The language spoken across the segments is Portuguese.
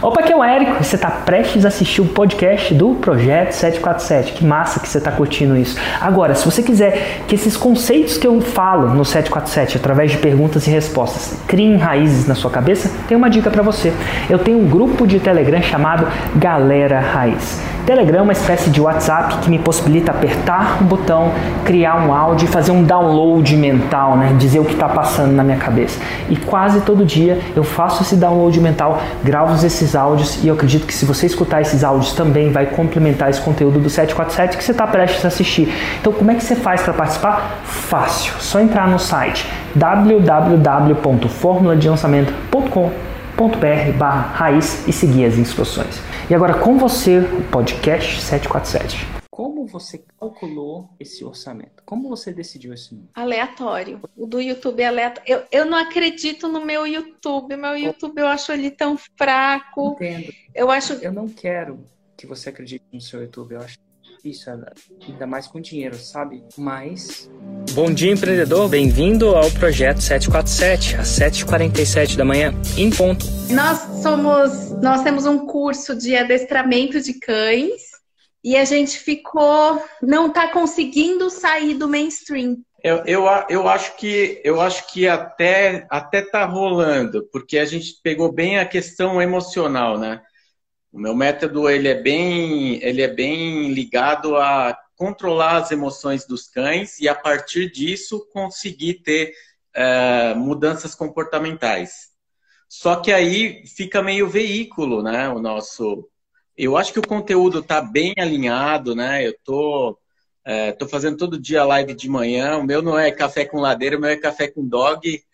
Opa, aqui é o Érico e você está prestes a assistir o podcast do Projeto 747. Que massa que você está curtindo isso. Agora, se você quiser que esses conceitos que eu falo no 747, através de perguntas e respostas, criem raízes na sua cabeça, tem uma dica para você. Eu tenho um grupo de Telegram chamado Galera Raiz. Telegram é uma espécie de WhatsApp que me possibilita apertar um botão, criar um áudio e fazer um download mental, né? Dizer o que está passando na minha cabeça. E quase todo dia eu faço esse download mental, gravo esses áudios e eu acredito que se você escutar esses áudios também vai complementar esse conteúdo do 747 que você está prestes a assistir. Então como é que você faz para participar? Fácil, só entrar no site www.formuladelançamento.com.br/raiz e seguir as instruções. E agora com você, o podcast 747. Como você calculou esse orçamento? Como você decidiu esse número? Aleatório. O do YouTube é aleatório. Eu não acredito no meu YouTube. Meu YouTube eu acho ele tão fraco. Entendo. Eu não quero que você acredite no seu YouTube. Eu acho difícil, ainda mais com dinheiro, sabe? Mas... Bom dia, empreendedor. Bem-vindo ao Projeto 747, às 7h47 da manhã, em ponto. Nós temos um curso de adestramento de cães e a gente não está conseguindo sair do mainstream. Eu acho que até tá rolando, porque a gente pegou bem a questão emocional, né? O meu método ele é bem ligado a controlar as emoções dos cães e a partir disso conseguir ter mudanças comportamentais. Só que aí fica meio veículo, né? Eu acho que o conteúdo está bem alinhado, né? Eu tô fazendo todo dia live de manhã. O meu não é café com ladeira, o meu é café com dog.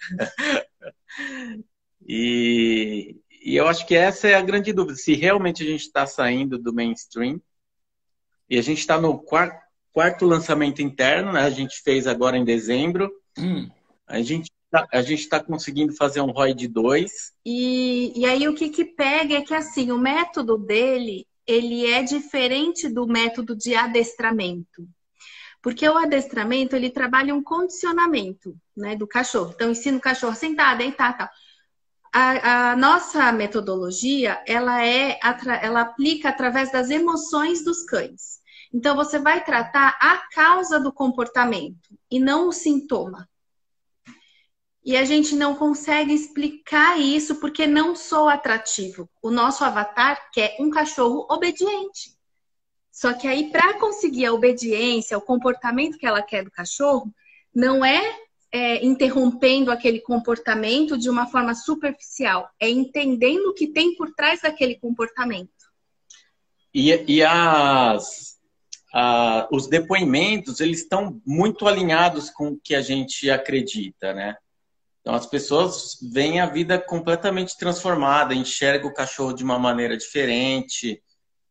E eu acho que essa é a grande dúvida. Se realmente a gente está saindo do mainstream. E a gente está no quarto lançamento interno, né? A gente fez agora em dezembro. A gente está conseguindo fazer um ROI de 2. E aí o que pega é que assim, o método dele, ele é diferente do método de adestramento. Porque o adestramento, ele trabalha um condicionamento, né, do cachorro. Então, ensina o cachorro a sentar, deitar, tal. A nossa metodologia, ela aplica através das emoções dos cães. Então, você vai tratar a causa do comportamento e não o sintoma. E a gente não consegue explicar isso porque não soa atrativo. O nosso avatar quer um cachorro obediente. Só que aí, para conseguir a obediência, o comportamento que ela quer do cachorro, não é interrompendo aquele comportamento de uma forma superficial. É entendendo o que tem por trás daquele comportamento. Os depoimentos, eles estão muito alinhados com o que a gente acredita, né? Então, as pessoas veem a vida completamente transformada, enxergam o cachorro de uma maneira diferente.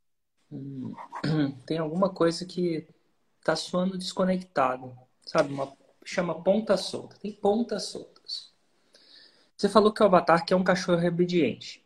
Tem alguma coisa que tá soando desconectado, sabe? Chama ponta solta. Tem pontas soltas. Você falou que o avatar quer um cachorro obediente.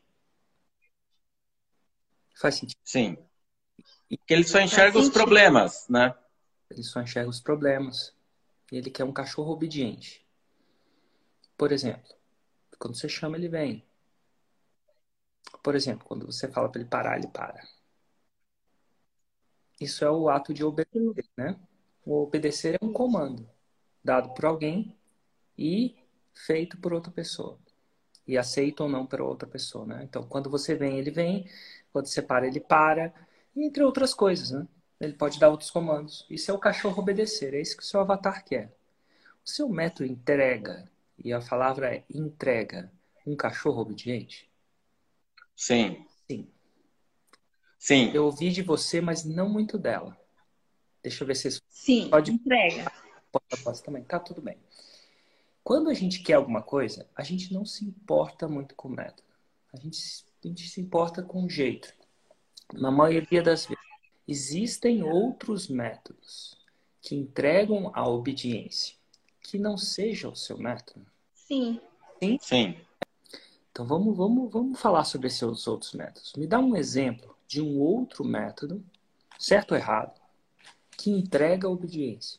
Faz sentido? Sim. E que ele só enxerga os problemas, né? Ele só enxerga os problemas. Ele quer um cachorro obediente. Por exemplo, quando você chama, ele vem. Por exemplo, quando você fala para ele parar, ele para. Isso é o ato de obedecer, né? O obedecer é um comando dado por alguém e feito por outra pessoa. E aceito ou não por outra pessoa, né? Então, quando você vem, ele vem. Quando você para, ele para. Entre outras coisas, né? Ele pode dar outros comandos. Isso é o cachorro obedecer. É isso que o seu avatar quer. O seu método entrega, e a palavra é entrega, um cachorro obediente? Sim. Sim. Sim. Eu ouvi de você, mas não muito dela. Deixa eu ver se... Sim, pode... entrega. Posso também. Tá, tudo bem. Quando a gente quer alguma coisa, a gente não se importa muito com o método. A gente se importa com o jeito. Na maioria das vezes. Existem outros métodos que entregam a obediência, que não seja o seu método. Sim. Sim? Sim. Então vamos falar sobre esses outros métodos. Me dá um exemplo de um outro método, certo ou errado, que entrega a obediência.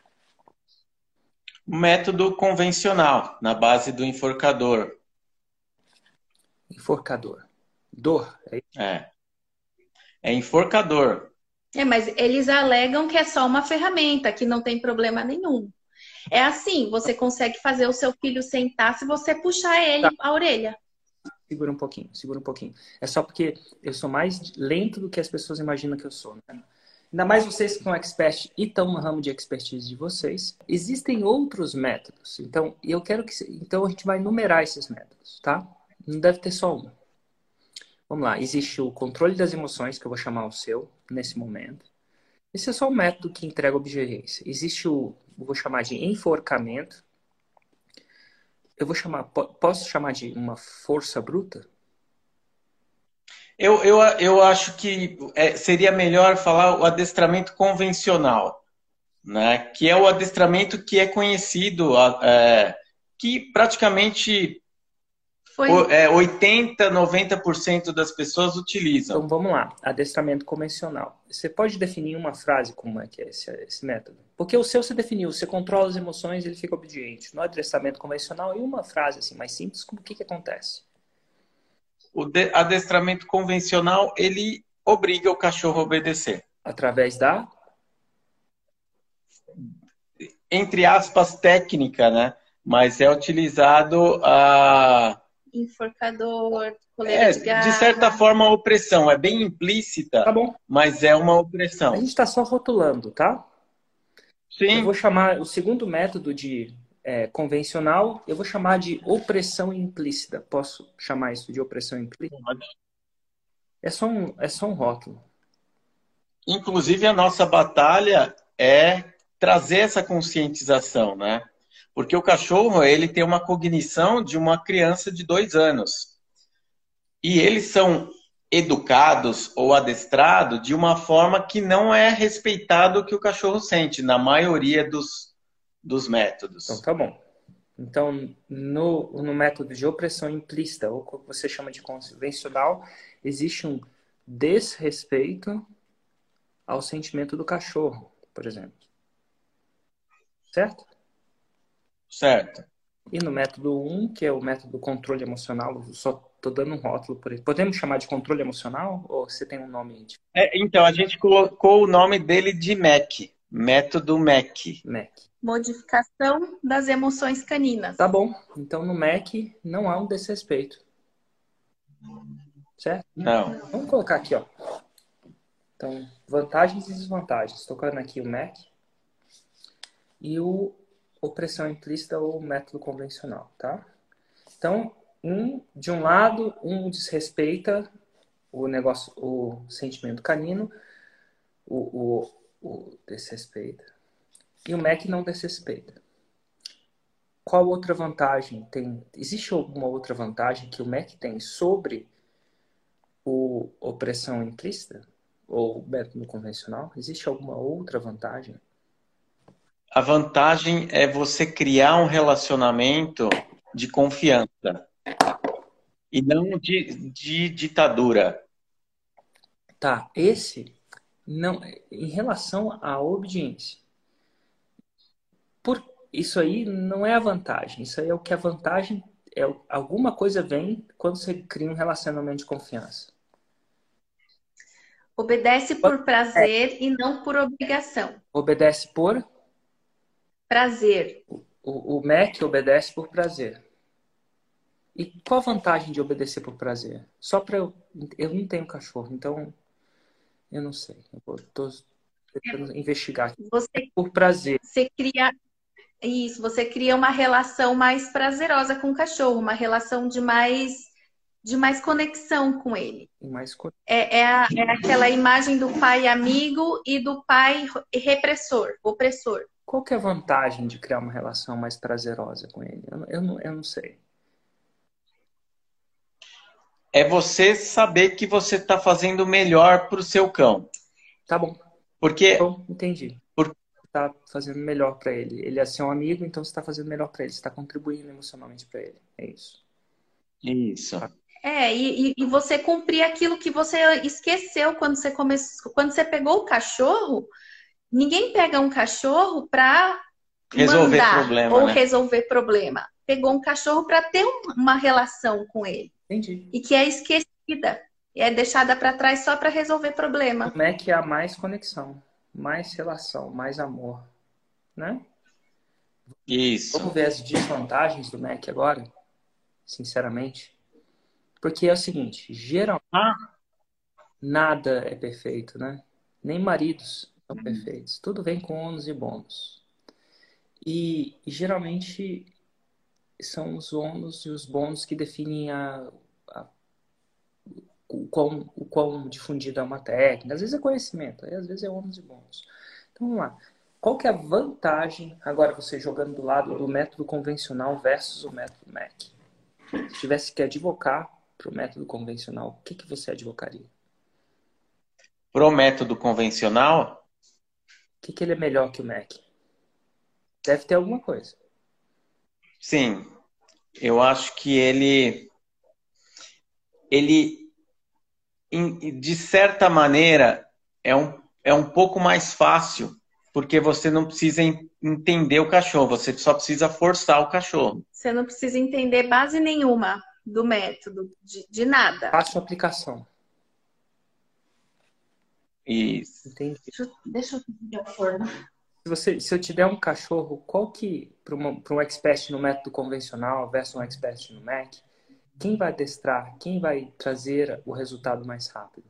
Método convencional, na base do enforcador. Enforcador. Dor. É. É enforcador. Mas eles alegam que é só uma ferramenta, que não tem problema nenhum. É assim, você consegue fazer o seu filho sentar se você puxar ele a orelha. Segura um pouquinho, segura um pouquinho. É só porque eu sou mais lento do que as pessoas imaginam que eu sou, né? Ainda mais vocês que são expert e estão no ramo de expertise de vocês. Existem outros métodos. Então, então a gente vai numerar esses métodos, tá? Não deve ter só um. Vamos lá. Existe o controle das emoções, que eu vou chamar o seu nesse momento. Esse é só um método que entrega obediência. Existe eu vou chamar de enforcamento. Posso chamar de uma força bruta? Eu acho que seria melhor falar o adestramento convencional, né? Que é o adestramento que é conhecido, que praticamente 80, 90% das pessoas utilizam. Então vamos lá, adestramento convencional. Você pode definir uma frase como é que é esse método? Porque o seu você definiu, você controla as emoções e ele fica obediente. No adestramento convencional, e uma frase assim mais simples, como o que acontece? O adestramento convencional, ele obriga o cachorro a obedecer. Através da? Entre aspas, técnica, né? Mas é utilizado a... Enforcador, coleira de garra. De certa forma, a opressão. É bem implícita, tá bom, mas é uma opressão. A gente está só rotulando, tá? Sim. Eu vou chamar o segundo método de convencional, eu vou chamar de opressão implícita. Posso chamar isso de opressão implícita? Pode. É só um rótulo. Inclusive, a nossa batalha é trazer essa conscientização, né? Porque o cachorro, ele tem uma cognição de uma criança de 2 anos. E eles são educados ou adestrados de uma forma que não é respeitado o que o cachorro sente, na maioria dos métodos. Então, tá bom. Então, no método de opressão implícita, ou como você chama de convencional, existe um desrespeito ao sentimento do cachorro, por exemplo. Certo? Certo. E no método 1, que é o método do controle emocional, eu só estou dando um rótulo por ele. Podemos chamar de controle emocional? Ou você tem um nome? Então, a gente colocou o nome dele de MEC. Método MEC. MEC. Modificação das emoções caninas. Tá bom. Então, no MEC, não há um desrespeito. Certo? Não. Vamos colocar aqui, ó. Então, vantagens e desvantagens. Estou colocando aqui o MEC. E o opressão implícita ou método convencional, tá? Então, de um lado, desrespeita o sentimento canino, o desrespeita, e o MEC não desrespeita. Qual outra vantagem tem? Existe alguma outra vantagem que o MEC tem sobre o opressão implícita ou método convencional? Existe alguma outra vantagem? A vantagem é você criar um relacionamento de confiança e não de ditadura. Tá, esse não, em relação à obediência. Isso aí não é a vantagem. Isso aí é o que a vantagem é. Alguma coisa vem quando você cria um relacionamento de confiança. Obedece por prazer e não por obrigação. Obedece por? Prazer. O MEC obedece por prazer. E qual a vantagem de obedecer por prazer? Só para eu não tenho cachorro, então eu não sei. Eu estou tentando investigar. Por prazer. Você cria uma relação mais prazerosa com o cachorro, uma relação de mais conexão com ele. É aquela imagem do pai amigo e do pai opressor. Qual que é a vantagem de criar uma relação mais prazerosa com ele? Eu não sei. É você saber que você está fazendo o melhor para o seu cão. Tá bom. Porque... Então, entendi. Está fazendo melhor para ele. Ele é seu amigo, então você está fazendo melhor para ele. Você está contribuindo emocionalmente para ele. É isso. Isso. E você cumprir aquilo que você esqueceu quando você começou. Quando você pegou o cachorro, ninguém pega um cachorro para resolver problema, ou né? resolver problema. Pegou um cachorro para ter uma relação com ele. Entendi. E que é esquecido esquecida e é deixada para trás só para resolver problema. O Mac é mais conexão, mais relação, mais amor, né? Isso. Vamos ver as desvantagens do Mac agora, sinceramente. Porque é o seguinte, geralmente nada é perfeito, né? Nem maridos são perfeitos. Tudo vem com ônus e bônus. E geralmente são os ônus e os bônus que definem o quão difundida é uma técnica. Às vezes é conhecimento, às vezes é ônus e bônus. Então vamos lá. Qual que é a vantagem, agora você jogando do lado do método convencional versus o método Mac? Se tivesse que advocar para o método convencional, o que você advocaria? Pro método convencional, O que ele é melhor que o Mac? Deve ter alguma coisa. sim, eu acho que ele de certa maneira, é um pouco mais fácil, porque você não precisa entender o cachorro, você só precisa forçar o cachorro. Você não precisa entender base nenhuma do método, de nada. Fácil aplicação. Isso. Entendi. Deixa eu ver a forma. Se eu tiver um cachorro, qual que, para um expert no método convencional versus um expert no Mac, quem vai adestrar, quem vai trazer o resultado mais rápido?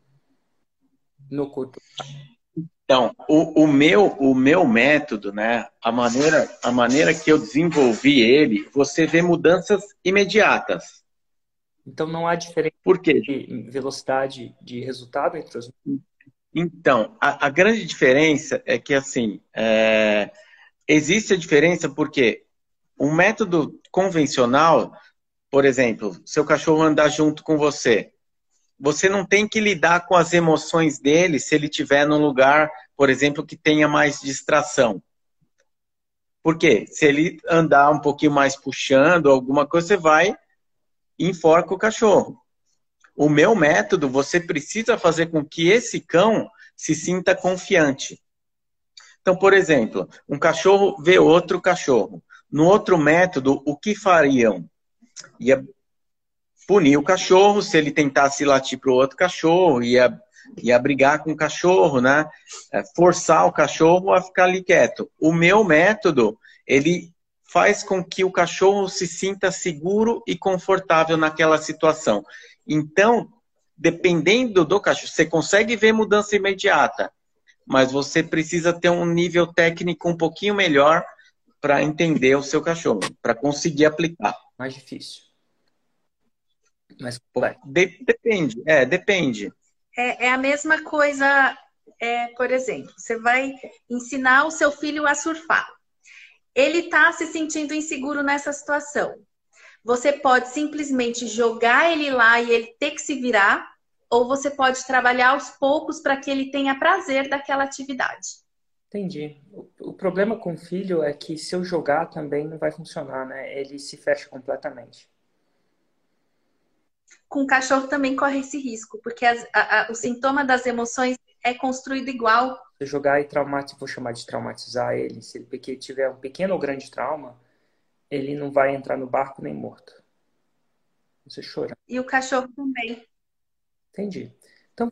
No curto. Então, o meu método, né, a maneira que eu desenvolvi ele, você vê mudanças imediatas. Então não há diferença Por quê? de velocidade de resultado entre os... Então, a grande diferença é que, assim, existe a diferença porque um método convencional, por exemplo, seu cachorro andar junto com você, você não tem que lidar com as emoções dele se ele estiver num lugar, por exemplo, que tenha mais distração. Por quê? Se ele andar um pouquinho mais puxando alguma coisa, você vai e enforca o cachorro. O meu método, você precisa fazer com que esse cão se sinta confiante. Então, por exemplo, um cachorro vê outro cachorro. No outro método, o que fariam? Ia punir o cachorro se ele tentasse latir para o outro cachorro, ia brigar com o cachorro, né? Forçar o cachorro a ficar ali quieto. O meu método, ele faz com que o cachorro se sinta seguro e confortável naquela situação. Então, dependendo do cachorro, você consegue ver mudança imediata, mas você precisa ter um nível técnico um pouquinho melhor para entender o seu cachorro, para conseguir aplicar. Mais difícil. Mas depende, depende. É a mesma coisa, por exemplo, você vai ensinar o seu filho a surfar. Ele está se sentindo inseguro nessa situação. Você pode simplesmente jogar ele lá e ele ter que se virar, ou você pode trabalhar aos poucos para que ele tenha prazer daquela atividade. Entendi. O problema com o filho é que se eu jogar também não vai funcionar, né? Ele se fecha completamente. Com o cachorro também corre esse risco, porque o sintoma das emoções é construído igual. Se eu jogar e vou chamar de traumatizar ele, se ele tiver um pequeno ou grande trauma, ele não vai entrar no barco nem morto. Você chora. E o cachorro também. Entendi. Então,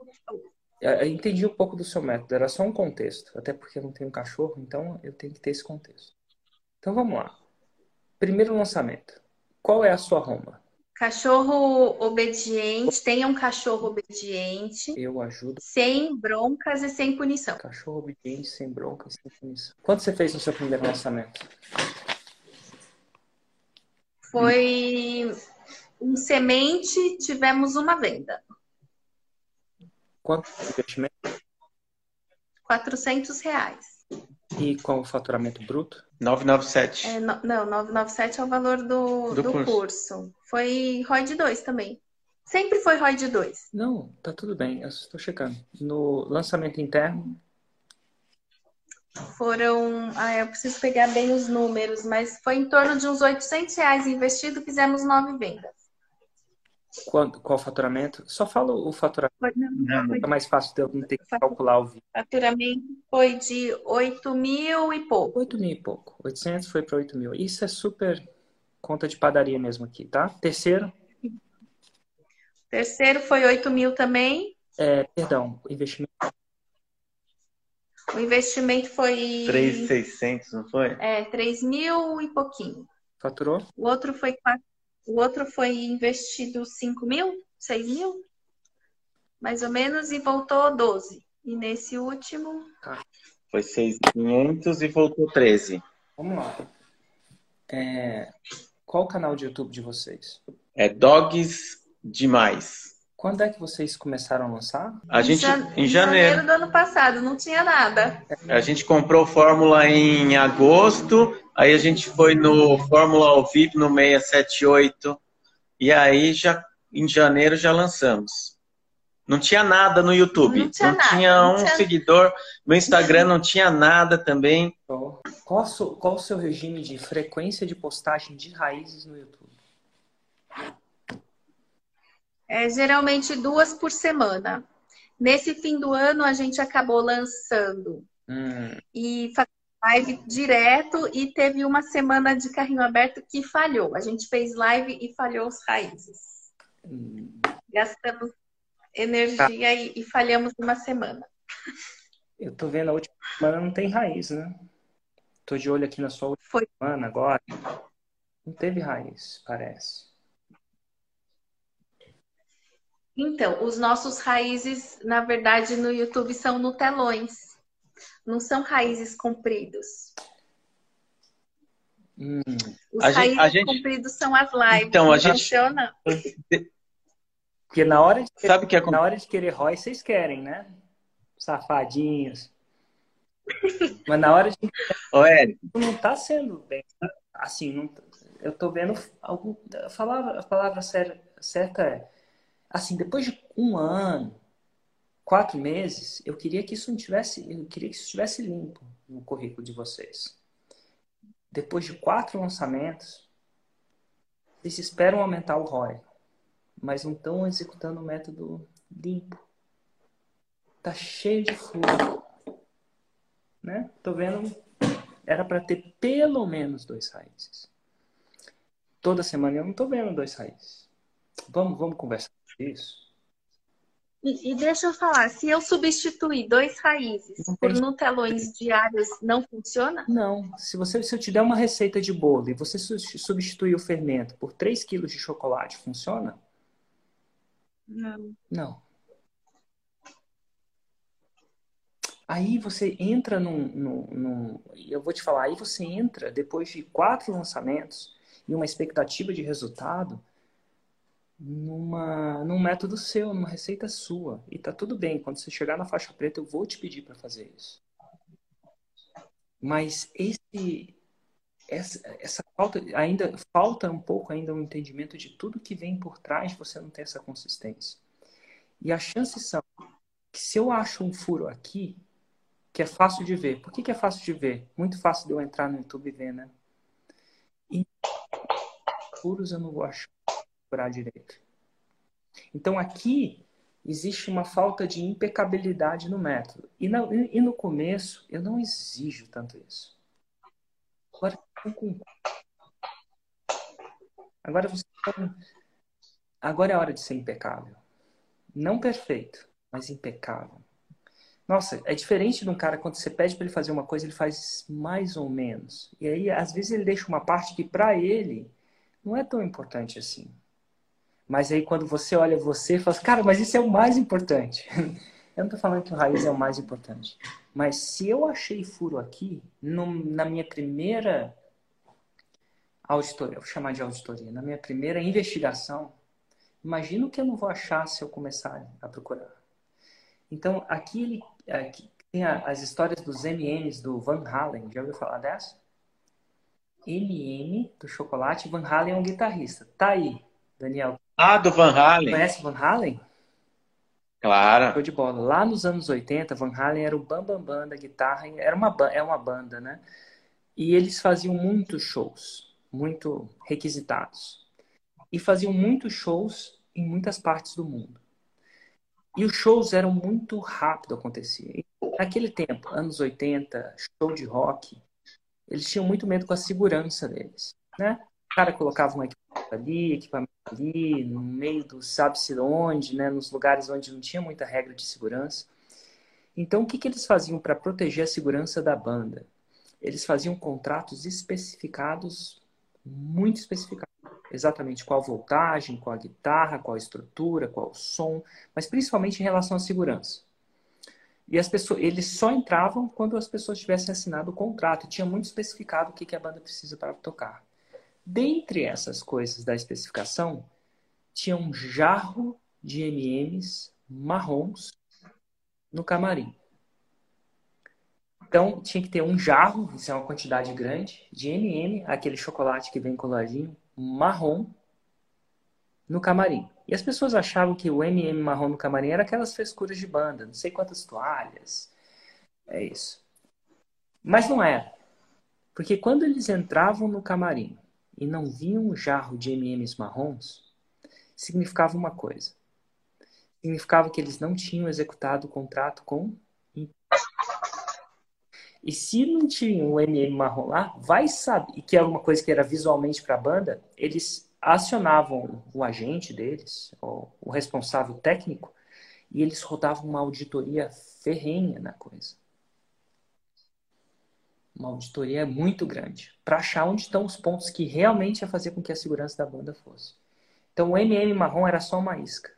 eu entendi um pouco do seu método, era só um contexto. Até porque eu não tenho cachorro, então eu tenho que ter esse contexto. Então vamos lá. Primeiro lançamento. Qual é a sua Roma? Cachorro obediente, tenha um cachorro obediente. Eu ajudo. Sem broncas e sem punição. Cachorro obediente, sem broncas e sem punição. Quanto você fez no seu primeiro lançamento? Foi um semente, tivemos uma venda. Quanto foi o investimento? R$400. E qual o faturamento bruto? 997. Não, 997 é o valor do curso. Foi ROI de 2 também. Sempre foi ROI de 2. Não, tá tudo bem. Eu estou checando. No lançamento interno? Foram... eu preciso pegar bem os números, mas foi em torno de uns R$800 investido, fizemos 9 vendas. Qual o faturamento? Só fala o faturamento. É mais fácil de eu não ter que calcular o vídeo. O faturamento foi de 8 mil e pouco. 8 mil e pouco. 800 foi para 8 mil. Isso é super conta de padaria mesmo aqui, tá? Terceiro. Terceiro foi 8 mil também. Perdão, o investimento. O investimento foi 3.600, não foi? 3 mil e pouquinho. Faturou? O outro foi investido 5 mil, 6 mil, mais ou menos, e voltou 12. E nesse último. Foi 6.500 e voltou 13. Vamos lá. Qual o canal de YouTube de vocês? É Dogs Demais. Quando é que vocês começaram a lançar? Em janeiro do ano passado, não tinha nada. A gente comprou Fórmula em agosto, aí a gente foi no Fórmula ao vivo no 678, e aí já em janeiro já lançamos. Não tinha nada no YouTube, não tinha seguidor, no Instagram não tinha nada também. Qual o seu regime de frequência de postagem de raízes no YouTube? Geralmente 2 por semana. Nesse fim do ano, a gente acabou lançando e fazendo live direto, e teve uma semana de carrinho aberto que falhou. A gente fez live e falhou os raízes. Gastamos energia e falhamos uma semana. Eu tô vendo a última semana não tem raiz, né? Tô de olho aqui na sua última semana agora. Não teve raiz, parece. Então, os nossos raízes, na verdade, no YouTube são Nutelões. Não são raízes compridos. Os raízes compridos são as lives. Então, funciona? Porque na hora de Sabe que na hora de querer ROI, vocês querem, né? Safadinhos. Mas na hora de... Ô, Érico, não tá sendo bem. Assim, não... eu tô vendo algo... A palavra certa é... Assim, depois de 1 ano, 4 meses, eu queria que isso estivesse limpo no currículo de vocês. Depois de 4 lançamentos, vocês esperam aumentar o ROI, mas não estão executando o método limpo. Tá cheio de furo. Né? Tô vendo, era para ter pelo menos 2 raízes. Toda semana eu não tô vendo 2 raízes. Vamos conversar sobre isso? E deixa eu falar, se eu substituir 2 raízes por Nutelões diários, não funciona? Não. Se eu te der uma receita de bolo e você substituir o fermento por 3 quilos de chocolate, funciona? Não. Não. Aí você entra eu vou te falar, aí você entra depois de 4 lançamentos e uma expectativa de resultado num método seu, numa receita sua. E tá tudo bem, quando você chegar na faixa preta eu vou te pedir para fazer isso. Mas essa falta um pouco ainda um entendimento de tudo que vem por trás de você não ter essa consistência. E as chances são que se eu acho um furo aqui, que é fácil de ver. Por que é fácil de ver? Muito fácil de eu entrar no YouTube e ver, né? E furos eu não vou achar direito. Então aqui existe uma falta de impecabilidade no método. E no começo eu não exijo tanto isso. Agora é a hora de ser impecável. Não perfeito, mas impecável. Nossa, é diferente de um cara, quando você pede para ele fazer uma coisa, ele faz mais ou menos. E aí, às vezes, ele deixa uma parte que, para ele, não é tão importante assim. Mas aí, quando você olha você, fala assim, cara, mas isso é o mais importante. Eu não estou falando que o raiz é o mais importante. Mas se eu achei furo aqui, na minha primeira auditoria, eu vou chamar de auditoria, na minha primeira investigação, imagina o que eu não vou achar se eu começar a procurar. Então, aqui tem as histórias dos M&M's do Van Halen. Já ouviu falar dessa? M&M do chocolate. Van Halen é um guitarrista. Tá aí, Daniel. Ah, do Van Halen. Conhece Van Halen? Claro. Show de bola. Lá nos anos 80, Van Halen era o bambambam da guitarra. É uma banda, né? E eles faziam muitos shows, muito requisitados. E faziam muitos shows em muitas partes do mundo. E os shows eram muito rápido acontecer. Naquele tempo, anos 80, show de rock, eles tinham muito medo com a segurança deles, né? O cara colocava um equipamento ali, equipamento ali, no meio do sabe-se onde, né, nos lugares onde não tinha muita regra de segurança. Então, o que eles faziam para proteger a segurança da banda? Eles faziam contratos especificados, muito especificados. Exatamente qual voltagem, qual a guitarra, qual a estrutura, qual o som, mas principalmente em relação à segurança. E as pessoas, eles só entravam quando as pessoas tivessem assinado o contrato. Tinha muito especificado o que a banda precisa para tocar. Dentre essas coisas da especificação, tinha um jarro de M&Ms marrons no camarim. Então, tinha que ter um jarro, isso é uma quantidade grande, de M&M, aquele chocolate que vem coladinho, marrom, no camarim. E as pessoas achavam que o M&M marrom no camarim era aquelas frescuras de banda, não sei quantas toalhas, é isso. Mas não era. Porque quando eles entravam no camarim e não viam um jarro de M&Ms marrons, significava uma coisa. Significava que eles não tinham executado o contrato com... E se não tinham o M&M marrom lá, vai saber, e que era uma coisa que era visualmente para a banda, eles acionavam o agente deles, o responsável técnico, e eles rodavam uma auditoria ferrenha na coisa. Uma auditoria muito grande, para achar onde estão os pontos que realmente ia fazer com que a segurança da banda fosse. Então o M&M marrom era só uma isca.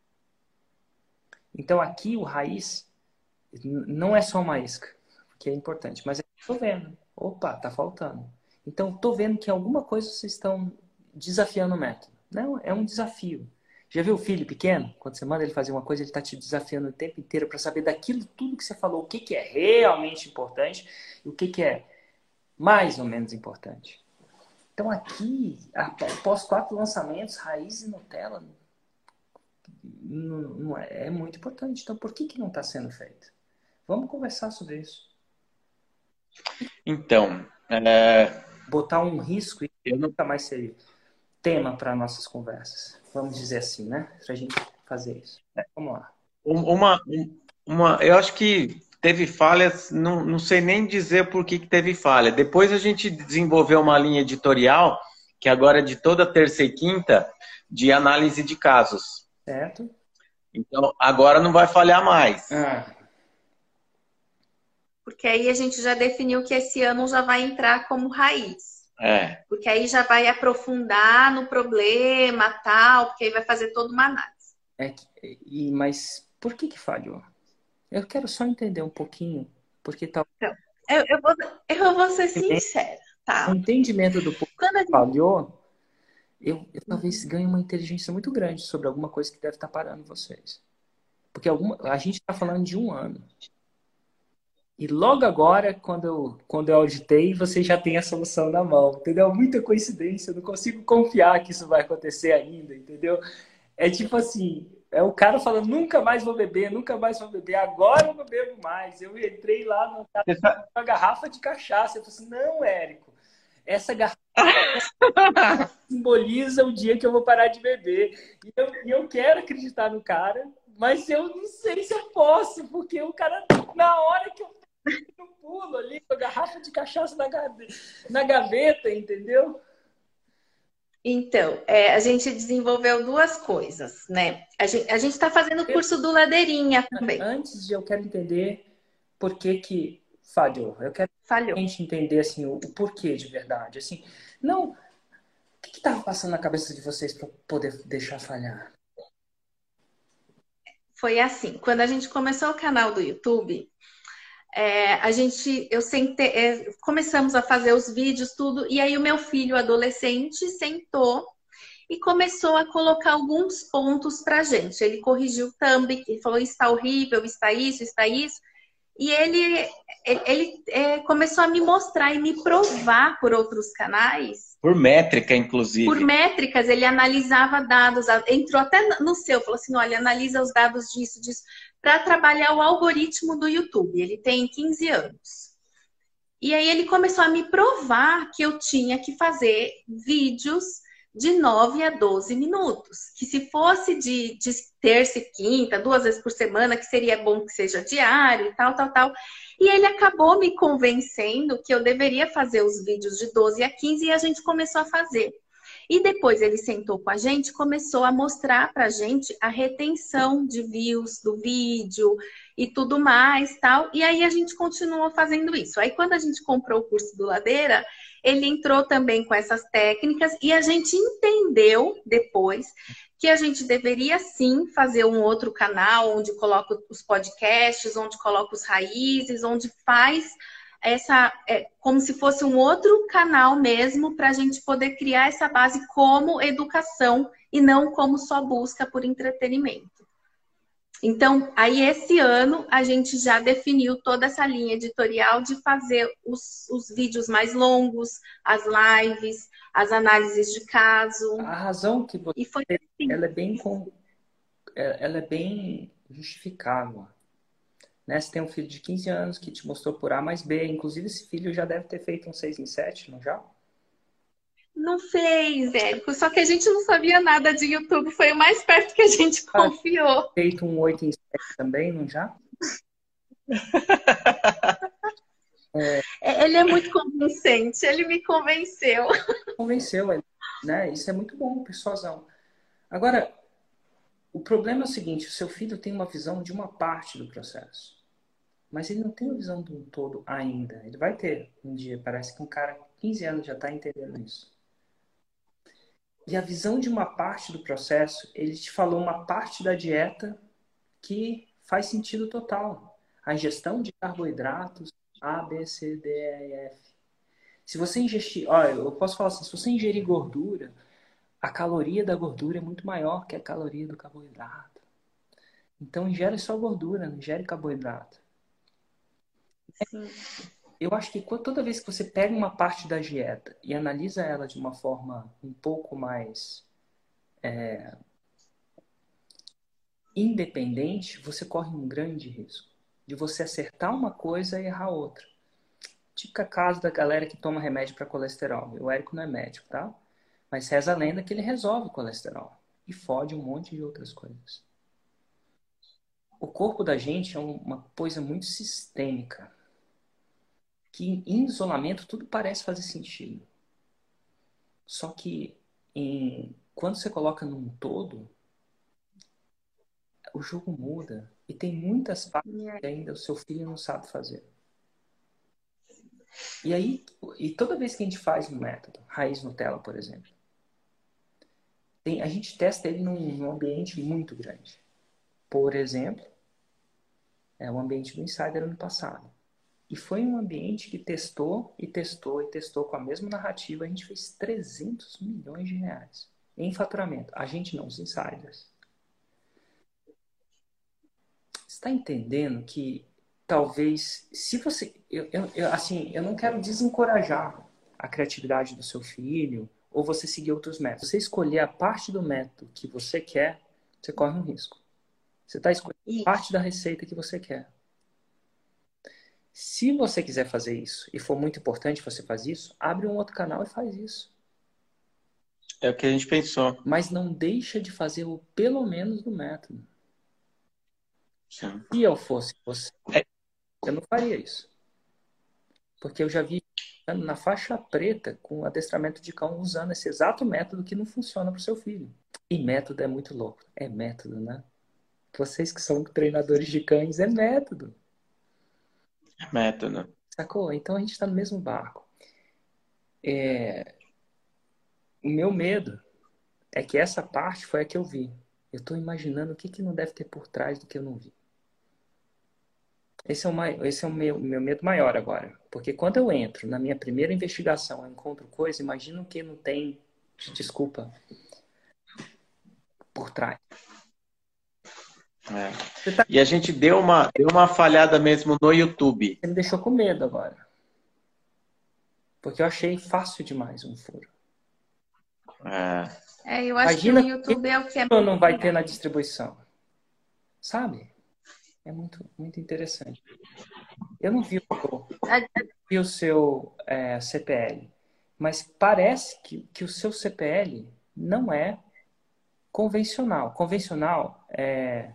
Então aqui o raiz não é só uma isca, que é importante, mas eu estou vendo. Opa, tá faltando. Então, estou vendo que alguma coisa vocês estão desafiando o método. Não, é um desafio. Já viu o filho pequeno? Quando você manda ele fazer uma coisa, ele está te desafiando o tempo inteiro para saber daquilo tudo que você falou, o que é realmente importante e o que é mais ou menos importante. Então, aqui, após 4 lançamentos, Raiz e Nutella não é muito importante. Então, por que não está sendo feito? Vamos conversar sobre isso. Então, botar um risco e nunca mais ser tema para nossas conversas. Vamos dizer assim, né? Para a gente fazer isso. Vamos lá. Eu acho que teve falhas, não sei nem dizer por que teve falha. Depois a gente desenvolveu uma linha editorial, que agora é de toda terça e quinta, de análise de casos. Certo. Então, agora não vai falhar mais. Porque aí a gente já definiu que esse ano já vai entrar como raiz. Porque aí já vai aprofundar no problema, tal, porque aí vai fazer toda uma análise. Mas por que falhou? Eu quero só entender um pouquinho, porque tal. Então, eu vou ser sincera, tá? O entendimento do porquê falhou, eu talvez ganhe uma inteligência muito grande sobre alguma coisa que deve estar parando vocês. Porque a gente está falando de 1 ano. E logo agora, quando eu auditei, você já tem a solução na mão, entendeu? Muita coincidência, eu não consigo confiar que isso vai acontecer ainda, entendeu? É tipo assim, é o cara falando, nunca mais vou beber, agora eu não bebo mais. Eu entrei lá numa garrafa de cachaça, eu falei assim, não, Érico, essa garrafa simboliza o dia que eu vou parar de beber. E eu quero acreditar no cara, mas eu não sei se eu posso, porque o cara, na hora que eu no pulo ali com a garrafa de cachaça na gaveta, entendeu? Então, a gente desenvolveu 2 coisas, né? A gente está fazendo o curso do Ladeirinha também. Antes eu quero entender por que falhou. Eu quero a gente entender assim, o porquê de verdade. Assim, não, o que estava passando na cabeça de vocês para poder deixar falhar? Foi assim, quando a gente começou o canal do YouTube, começamos a fazer os vídeos, tudo, e aí o meu filho adolescente sentou e começou a colocar alguns pontos pra gente. Ele corrigiu o thumb, ele falou, está horrível, está isso, e ele começou a me mostrar e me provar por outros canais. Por métrica, inclusive. Por métricas, ele analisava dados, entrou até no seu, falou assim, olha, analisa os dados disso, para trabalhar o algoritmo do YouTube. Ele tem 15 anos. E aí ele começou a me provar que eu tinha que fazer vídeos de 9 a 12 minutos. Que se fosse de terça e quinta, 2 vezes por semana, que seria bom que seja diário e tal. E ele acabou me convencendo que eu deveria fazer os vídeos de 12 a 15 e a gente começou a fazer. E depois ele sentou com a gente, começou a mostrar para a gente a retenção de views do vídeo e tudo mais, tal. E aí a gente continuou fazendo isso. Aí quando a gente comprou o curso do Ladeira, ele entrou também com essas técnicas e a gente entendeu depois que a gente deveria sim fazer um outro canal onde coloca os podcasts, onde coloca os raízes, onde faz como se fosse um outro canal mesmo para a gente poder criar essa base como educação e não como só busca por entretenimento. Então, aí esse ano a gente já definiu toda essa linha editorial de fazer os vídeos mais longos, as lives, as análises de caso. A razão que você E foi assim. ela é bem justificável. Né? Você tem um filho de 15 anos que te mostrou por A mais B. Inclusive, esse filho já deve ter feito um 6 em 7, não já? Não fez, Érico. Só que a gente não sabia nada de YouTube. Foi o mais perto que a gente confiou. Feito um 8 em 7 também, não já? Ele é muito convincente. Ele me convenceu. Convenceu, né? Isso é muito bom, persuasão. Agora, o problema é o seguinte, o seu filho tem uma visão de uma parte do processo. Mas ele não tem a visão do todo ainda. Ele vai ter um dia. Parece que um cara com 15 anos já está entendendo isso. E a visão de uma parte do processo, ele te falou uma parte da dieta que faz sentido total. A ingestão de carboidratos, A, B, C, D, E, F. Se você ingerir, olha, eu posso falar assim, se você ingerir gordura, a caloria da gordura é muito maior que a caloria do carboidrato. Então ingere só gordura, não ingere carboidrato. Sim. Eu acho que toda vez que você pega uma parte da dieta e analisa ela de uma forma um pouco mais independente, você corre um grande risco de você acertar uma coisa e errar outra. Típica caso da galera que toma remédio para colesterol. O Érico não é médico, tá? Mas reza a lenda que ele resolve o colesterol e fode um monte de outras coisas. O corpo da gente é uma coisa muito sistêmica, que em isolamento tudo parece fazer sentido. Só que quando você coloca num todo, o jogo muda. E tem muitas partes que ainda o seu filho não sabe fazer. E aí, toda vez que a gente faz um método, raiz Nutella, por exemplo, a gente testa ele num ambiente muito grande. Por exemplo, o ambiente do Insider ano passado. E foi um ambiente que testou e testou e testou com a mesma narrativa. A gente fez 300 milhões de reais em faturamento. A gente não, os insiders. Você está entendendo que talvez, se você... eu não quero desencorajar a criatividade do seu filho ou você seguir outros métodos. Se você escolher a parte do método que você quer, você corre um risco. Você está escolhendo parte da receita que você quer. Se você quiser fazer isso e for muito importante você fazer isso, abre um outro canal e faz isso. É o que a gente pensou. Mas não deixa de fazer o pelo menos do método. Sim. Se eu fosse você, eu não faria isso. Porque eu já vi na faixa preta com adestramento de cão usando esse exato método que não funciona para o seu filho. E método é muito louco. É método, né? Vocês que são treinadores de cães, é método. Método. Sacou? Então a gente está no mesmo barco. O meu medo é que essa parte foi a que eu vi. Eu estou imaginando o que não deve ter por trás do que eu não vi. Esse é o meu medo maior agora. Porque quando eu entro na minha primeira investigação, eu encontro coisa, imagino que não tem, desculpa, por trás. E a gente deu uma falhada mesmo no YouTube. Você me deixou com medo agora. Porque eu achei fácil demais um furo. Eu acho Imagina que o YouTube é o que é... não vai ter na distribuição. Sabe? É muito, muito interessante. Eu não vi o seu CPL, mas parece que o seu CPL não é convencional. Convencional é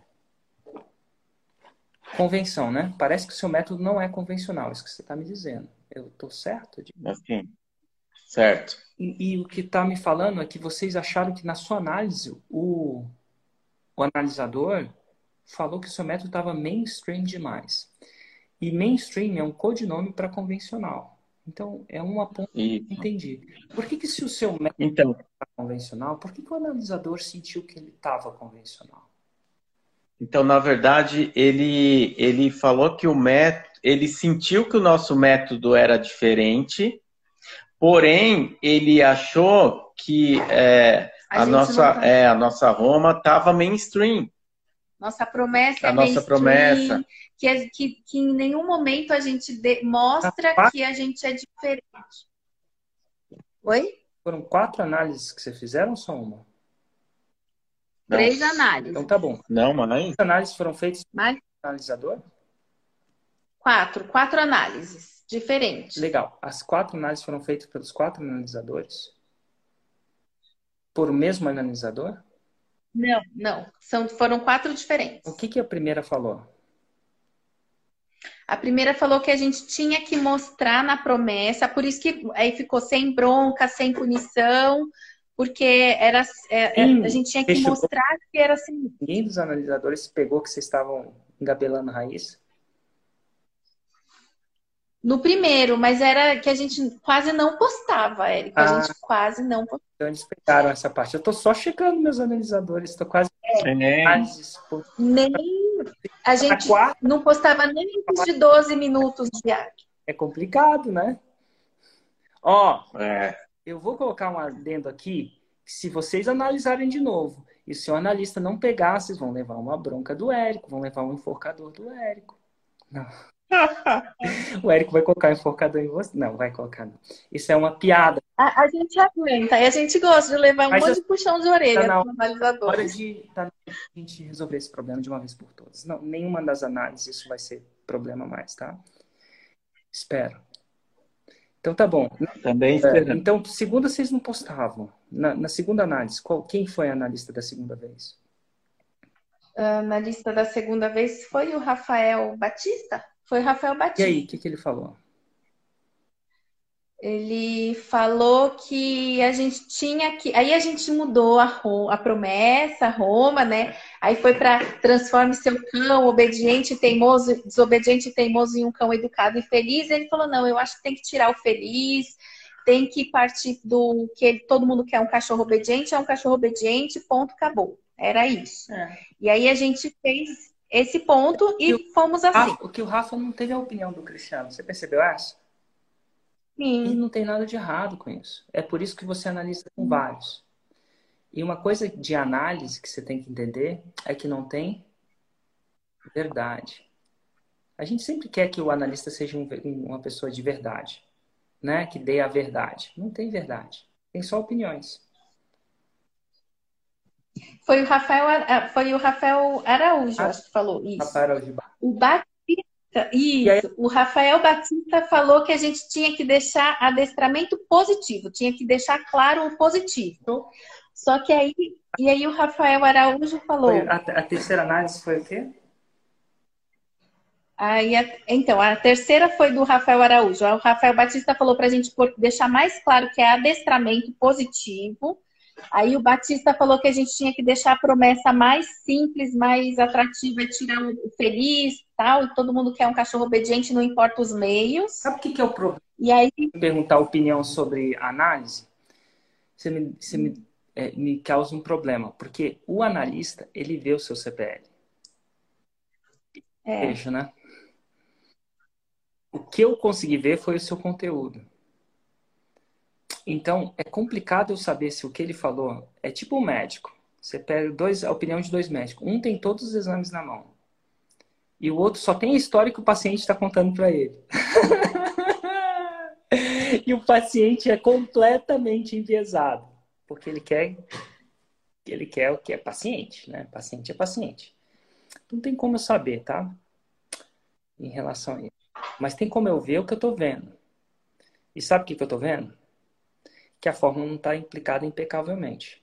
convenção, né? Parece que o seu método não é convencional, isso que você está me dizendo. Eu estou certo? Assim, certo. E o que está me falando é que vocês acharam que na sua análise o analisador falou que o seu método estava mainstream demais. E mainstream é um codinome para convencional. Então, é uma ponta que eu entendi. Por que se o seu método Então, está convencional, por que o analisador sentiu que ele estava convencional? Então, na verdade, ele falou que o método, ele sentiu que o nosso método era diferente, porém, ele achou que a nossa Roma estava mainstream. Nossa promessa A é nossa mainstream, promessa. que em nenhum momento a gente mostra que a gente é diferente. Oi? Foram 4 análises que você fizeram ou só uma? Não. 3 análises. Então tá bom. Não, mas... As análises foram feitas Mas pelo analisador? 4 análises diferentes. Legal. As 4 análises foram feitas pelos 4 analisadores? Por o mesmo analisador? Não. Foram 4 diferentes. O que a primeira falou? A primeira falou que a gente tinha que mostrar na promessa, por isso que aí ficou sem bronca, sem punição, porque a gente tinha que mostrar que era assim. Ninguém dos analisadores pegou que vocês estavam engabelando raiz? No primeiro, mas era que a gente quase não postava, Érico. A gente quase não postava. Então eles pegaram essa parte. Eu tô só checando meus analisadores, estou quase... Nem a gente não postava nem de 12 minutos de ar. É complicado, né? Ó, eu vou colocar um adendo aqui, que se vocês analisarem de novo, e se o analista não pegar, vocês vão levar uma bronca do Érico, vão levar um enforcador do Érico. Não. O Érico vai colocar um enforcador em você? Não, vai colocar não. Isso é uma piada. A gente aguenta, e a gente gosta de levar um monte de puxão de orelha no analisador. Hora de a gente resolver esse problema de uma vez por todas. Não, nenhuma das análises isso vai ser problema mais, tá? Espero. Então tá bom. Também espero. Então, segunda vocês não postavam. Na segunda análise, quem foi a analista da segunda vez? Na lista da segunda vez foi o Rafael Batista? Foi o Rafael Batista. E aí, o que ele falou? Ele falou que a gente tinha que... Aí a gente mudou a promessa, Roma, né? Aí foi para transforme seu cão obediente e teimoso, desobediente e teimoso em um cão educado e feliz. Ele falou, não, eu acho que tem que tirar o feliz, tem que partir do que todo mundo quer um cachorro obediente, é um cachorro obediente, ponto, acabou. Era isso. E aí a gente fez esse ponto e fomos assim. O que o Rafa não teve a opinião do Cristiano. Você percebeu essa? Sim. E não tem nada de errado com isso. É por isso que você analisa com vários. E uma coisa de análise que você tem que entender é que não tem verdade. A gente sempre quer que o analista seja uma pessoa de verdade, né? Que dê a verdade. Não tem verdade. Tem só opiniões. Foi o Rafael Araújo, acho que falou isso. Rafael Araújo. O Batista, isso. O Rafael Batista falou que a gente tinha que deixar adestramento positivo, tinha que deixar claro o positivo. Só que aí, o Rafael Araújo falou... A terceira análise foi o quê? Então, a terceira foi do Rafael Araújo. O Rafael Batista falou para a gente deixar mais claro que é adestramento positivo. Aí o Batista falou que a gente tinha que deixar a promessa mais simples, mais atrativa, tirar o feliz e tal. E todo mundo quer um cachorro obediente, não importa os meios. Sabe o que é o problema? E aí... Perguntar a opinião sobre a análise, você me causa um problema. Porque o analista, ele vê o seu CPL. Vejo, né? O que eu consegui ver foi o seu conteúdo. Então, é complicado eu saber se o que ele falou é tipo um médico. Você pega a opinião de 2 médicos. Um tem todos os exames na mão. E o outro só tem a história que o paciente está contando para ele. E o paciente é completamente enviesado. Porque ele quer o que é paciente, né? Paciente é paciente. Não tem como eu saber, tá? Em relação a isso. Mas tem como eu ver o que eu estou vendo. E sabe o que eu estou vendo? Que a fórmula não está implicada impecavelmente.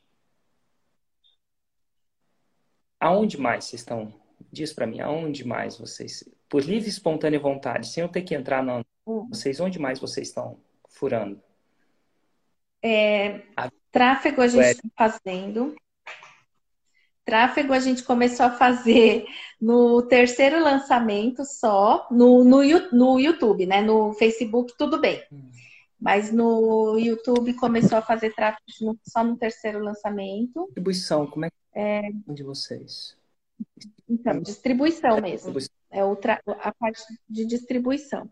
Aonde mais vocês estão? Diz para mim, aonde mais vocês... Por livre e espontânea vontade, sem eu ter que entrar vocês, onde mais vocês estão furando? Tráfego a gente está fazendo. Tráfego a gente começou a fazer no terceiro lançamento só, no YouTube, né? No Facebook, tudo bem. Mas no YouTube começou a fazer tráfego só no terceiro lançamento. Distribuição, como é que é de vocês? Então, distribuição mesmo. É a parte de distribuição.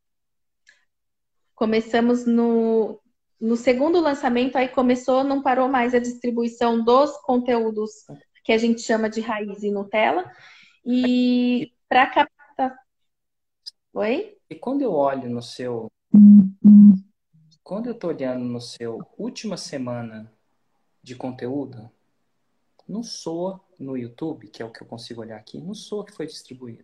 Começamos no segundo lançamento, aí começou, não parou mais a distribuição dos conteúdos que a gente chama de raiz e Nutella. E para captar. Oi? E quando eu olho no seu. Quando eu estou olhando no seu última semana de conteúdo, não soa no YouTube, que é o que eu consigo olhar aqui, não soa que foi distribuído.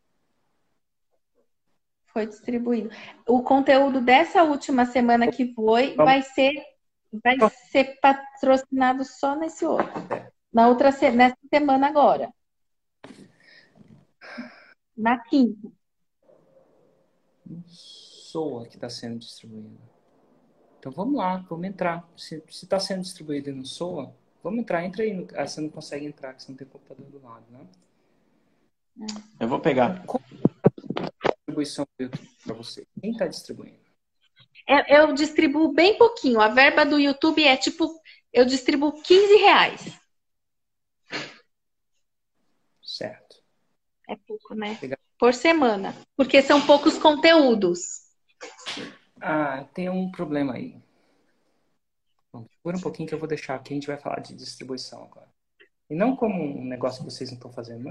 Foi distribuído. O conteúdo dessa última semana que foi vai ser patrocinado só nesse outro. Nessa semana agora. Na quinta. Não soa que está sendo distribuído. Então vamos lá, vamos entrar. Se está sendo distribuído e não soa, vamos entrar. Entra aí. Você não consegue entrar, porque você não tem computador do lado, né? Eu vou pegar. Qual é a distribuição do YouTube para você? Quem está distribuindo? Eu distribuo bem pouquinho. A verba do YouTube é tipo, eu distribuo R$15. Certo. É pouco, né? Por semana. Porque são poucos conteúdos. Tem um problema aí. Bom, segura um pouquinho que eu vou deixar aqui. A gente vai falar de distribuição agora. E não como um negócio que vocês não estão fazendo,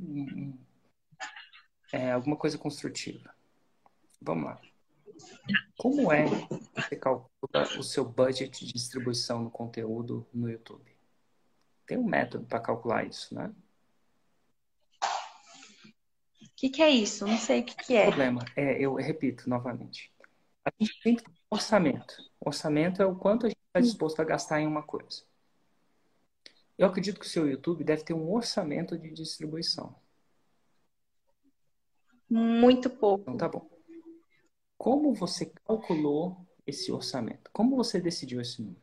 mas alguma coisa construtiva. Vamos lá. Como é que você calcula o seu budget de distribuição no conteúdo no YouTube? Tem um método para calcular isso, né? O que é isso? Não sei o que é. O problema eu repito novamente. A gente tem que ter um orçamento. O orçamento é o quanto a gente está disposto a gastar em uma coisa. Eu acredito que o seu YouTube deve ter um orçamento de distribuição. Muito pouco. Então tá bom. Como você calculou esse orçamento? Como você decidiu esse número?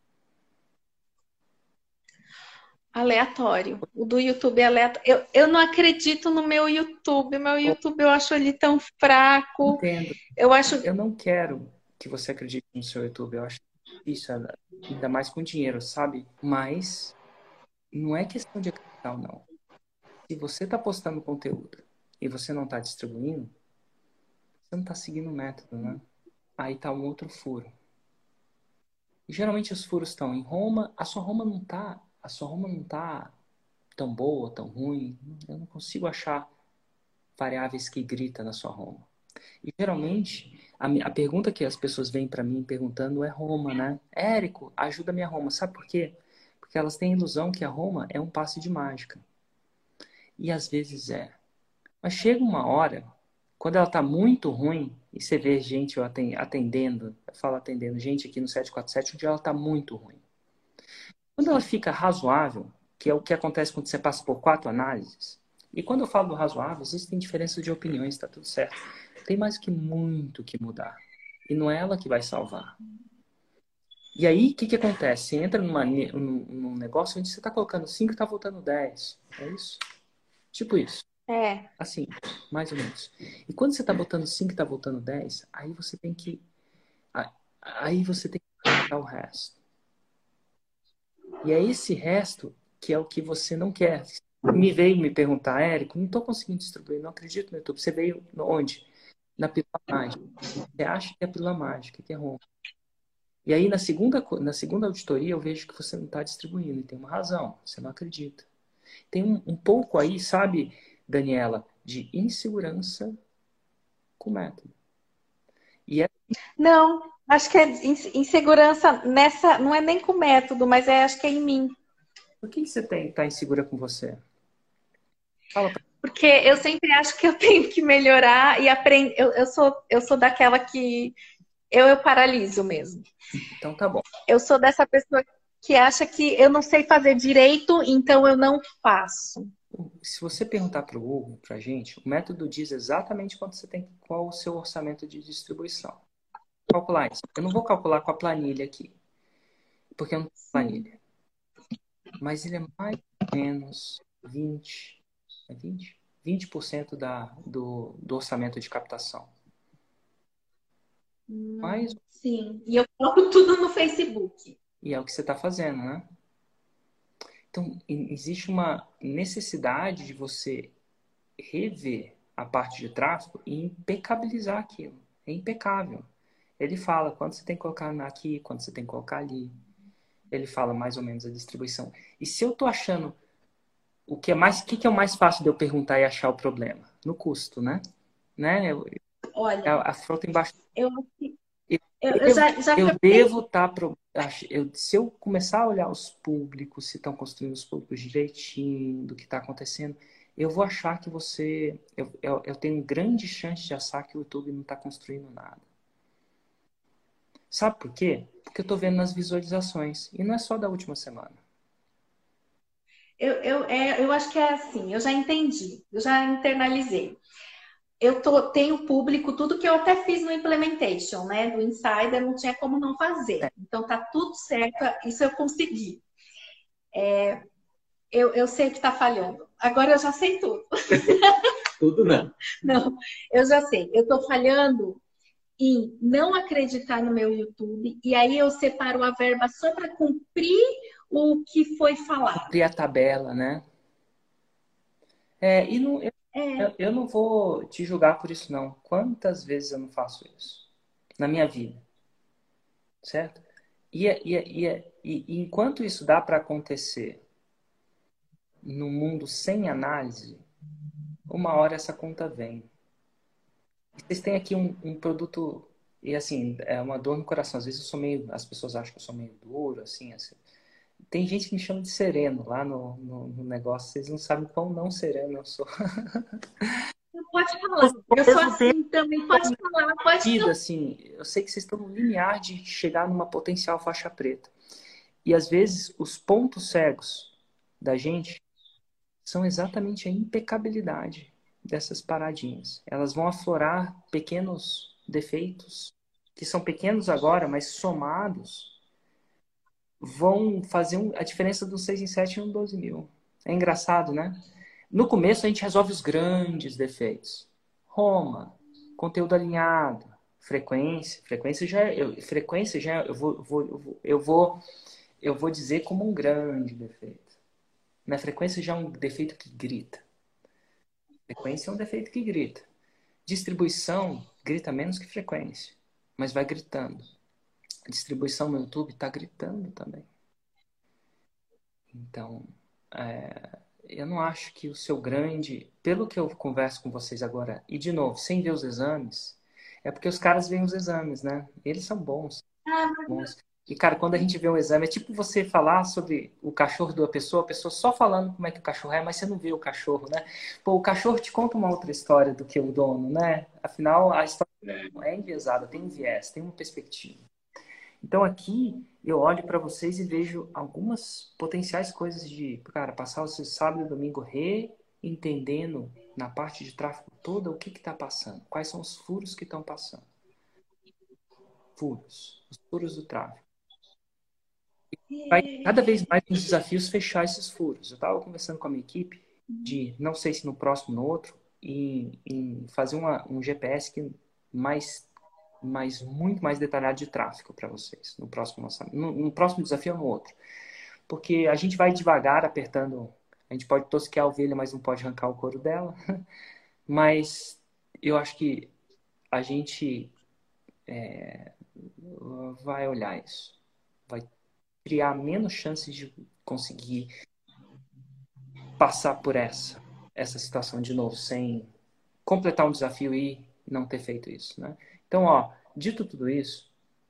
Aleatório. O do YouTube é aleatório. Eu não acredito no meu YouTube. Meu YouTube eu acho ele tão fraco. Entendo. Eu não quero que você acredite no seu YouTube. Eu acho isso ainda mais com dinheiro, sabe? Mas não é questão de acreditar ou não. Se você está postando conteúdo e você não está distribuindo, você não está seguindo o método, né? Aí tá um outro furo. E geralmente os furos estão em Roma. A sua Roma não tá tão boa, tão ruim. Eu não consigo achar variáveis que gritam na sua Roma. E geralmente a pergunta que as pessoas vêm para mim perguntando é Roma, né? Érico, ajuda a minha Roma. Sabe por quê? Porque elas têm a ilusão que a Roma é um passe de mágica. E às vezes é. Mas chega uma hora, quando ela tá muito ruim, e você vê gente atendendo, eu falo atendendo gente aqui no 747, onde ela tá muito ruim. Quando ela fica razoável, que é o que acontece quando você passa por 4 análises, e quando eu falo do razoável, existem diferenças de opiniões, tá tudo certo. Tem mais que muito que mudar. E não é ela que vai salvar. E aí, o que acontece? Você entra num negócio onde você tá colocando 5 e tá voltando 10. É isso? Tipo isso. É. Assim, mais ou menos. E quando você tá botando 5 e tá voltando 10, aí você tem que cortar o resto. E é esse resto que é o que você não quer. Me veio me perguntar, Érico, não tô conseguindo distribuir, não acredito no YouTube. Você veio onde? Na pílula mágica. Você acha que é a pílula mágica, que é Roma. E aí, na segunda auditoria, eu vejo que você não está distribuindo. E tem uma razão, você não acredita. Tem um pouco aí, sabe, Daniela, de insegurança com o método. Não, acho que é insegurança nessa... Não é nem com o método, mas acho que é em mim. Por que você tá insegura com você? Fala pra... Porque eu sempre acho que eu tenho que melhorar e aprender. Eu sou daquela que... Eu paraliso mesmo. Então tá bom. Eu sou dessa pessoa que acha que eu não sei fazer direito, então eu não faço. Se você perguntar para o Hugo, para a gente, o método diz exatamente qual o seu orçamento de distribuição. Calcular isso. Eu não vou calcular com a planilha aqui. porque eu não tenho Sim. planilha. Mas ele é mais ou menos 20, é 20? 20% do orçamento de captação. Mas, Sim. E eu coloco tudo no Facebook. e é o que você está fazendo, né? Então, existe uma necessidade de você rever a parte de tráfego e impecabilizar aquilo. É impecável. Ele fala quanto você tem que colocar aqui, quanto você tem que colocar ali. Ele fala mais ou menos a distribuição. E se eu estou achando o que que é o mais fácil de eu perguntar e achar o problema? No custo, né? Olha, A frota embaixo. eu, Eu eu devo, já eu captei. devo estar. Se eu começar a olhar os públicos, se estão construindo os públicos direitinho, do que está acontecendo, eu vou achar que você. Eu tenho grande chance de achar que o YouTube não está construindo nada. Sabe por quê? Porque eu estou vendo nas visualizações. E não é só da última semana. Eu acho que é assim, eu já entendi, eu já internalizei. Tenho público, tudo que eu até fiz no implementation, né? Do Insider, não tinha como não fazer. Então tá tudo certo, isso eu consegui. Eu sei o que está falhando. Agora eu já sei tudo. Tudo não. Não, eu já sei. Eu estou falhando em não acreditar no meu YouTube e aí eu separo a verba só para cumprir o que foi falado. Cumprir a tabela, né? E não, É, eu não vou te julgar por isso, não. Quantas vezes eu não faço isso? Na minha vida, certo? E enquanto isso dá para acontecer no mundo sem análise, uma hora essa conta vem. Vocês têm aqui um produto, e assim, é uma dor no coração. Às vezes as pessoas acham que eu sou meio duro, assim. Tem gente que me chama de sereno lá no negócio. Vocês não sabem quão não sereno eu sou. pode falar. Eu sou assim também. Pode falar, pode. Vida, assim, eu sei que vocês estão no limiar de chegar numa potencial faixa preta. E às vezes os pontos cegos da gente são exatamente a impecabilidade dessas paradinhas. Elas vão aflorar pequenos defeitos, que são pequenos agora, mas somados vão fazer a diferença do 6 em 7 e um 12 mil. É engraçado, né? No começo a gente resolve os grandes defeitos. Roma, conteúdo alinhado, frequência já eu vou dizer como um grande defeito. Na frequência já é um defeito que grita. Frequência é um defeito que grita. Distribuição grita menos que frequência, mas vai gritando. A distribuição no YouTube está gritando também. Então, eu não acho que o seu grande... Pelo que eu converso com vocês agora, e de novo, sem ver os exames, é porque os caras veem os exames, né? Eles são bons. Bons. E, cara, quando a gente vê um exame, é tipo você falar sobre o cachorro da pessoa, a pessoa só falando como é que o cachorro é, mas você não vê o cachorro, né? Pô, o cachorro te conta uma outra história do que o dono, né? Afinal, a história é enviesada, tem um viés, tem uma perspectiva. Então, aqui, eu olho para vocês e vejo algumas potenciais coisas de, cara, passar o seu sábado e domingo reentendendo na parte de tráfego toda o que está passando, quais são os furos que estão passando. Os furos do tráfego. Vai cada vez mais nos desafios fechar esses furos. Eu estava conversando com a minha equipe de, não sei se no próximo, no outro, em fazer um GPS muito mais detalhado de tráfego para vocês no próximo lançamento. No próximo desafio ou no outro. Porque a gente vai devagar apertando. A gente pode tosquear a ovelha, mas não pode arrancar o couro dela. Mas eu acho que a gente vai olhar isso. Vai criar menos chances de conseguir passar por essa situação de novo, sem completar um desafio e não ter feito isso, né? Então, ó, dito tudo isso,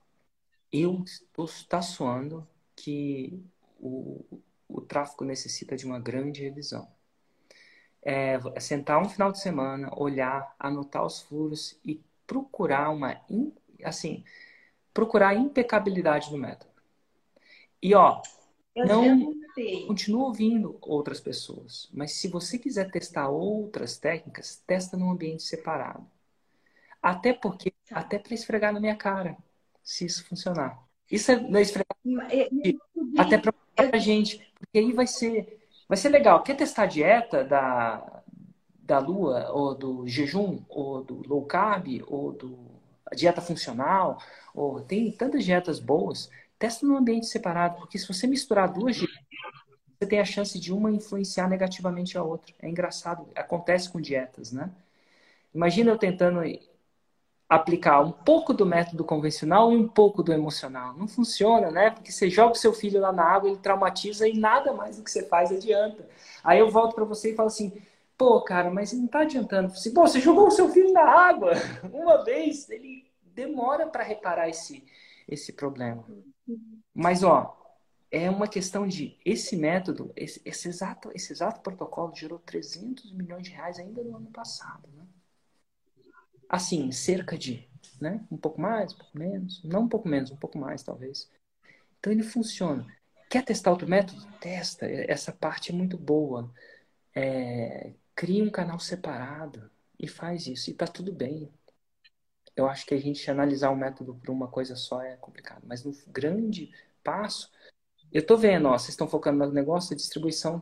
está soando que o tráfego necessita de uma grande revisão. Sentar um final de semana, olhar, anotar os furos e procurar procurar a impecabilidade do método. E, ó, não continua ouvindo outras pessoas, mas se você quiser testar outras técnicas, testa num ambiente separado. Até para esfregar na minha cara, se isso funcionar. Isso é na esfera Eu até estudei, para a gente, porque aí vai ser legal. Quer testar a dieta da lua, ou do jejum, ou do low carb, ou do a dieta funcional, ou tem tantas dietas boas, testa num ambiente separado, porque se você misturar duas dietas, você tem a chance de uma influenciar negativamente a outra. É engraçado, acontece com dietas, né? Imagina eu tentando aplicar um pouco do método convencional e um pouco do emocional. Não funciona, né? Porque você joga o seu filho lá na água, ele traumatiza e nada mais do que você faz adianta. Aí eu volto para você e falo assim, pô, cara, mas não tá adiantando. Assim, pô, você jogou o seu filho na água uma vez, ele demora para reparar esse problema. Mas, ó, é uma questão de esse método, esse exato protocolo gerou 300 milhões de reais ainda no ano passado, né? Assim, cerca de, né? Um pouco mais, um pouco menos. Não um pouco menos, um pouco mais, talvez. Então ele funciona. Quer testar outro método? Testa. Essa parte é muito boa. Cria um canal separado e faz isso. E tá tudo bem. Eu acho que a gente analisar o método por uma coisa só é complicado. Mas no grande passo, eu tô vendo, ó, vocês estão focando no negócio, a distribuição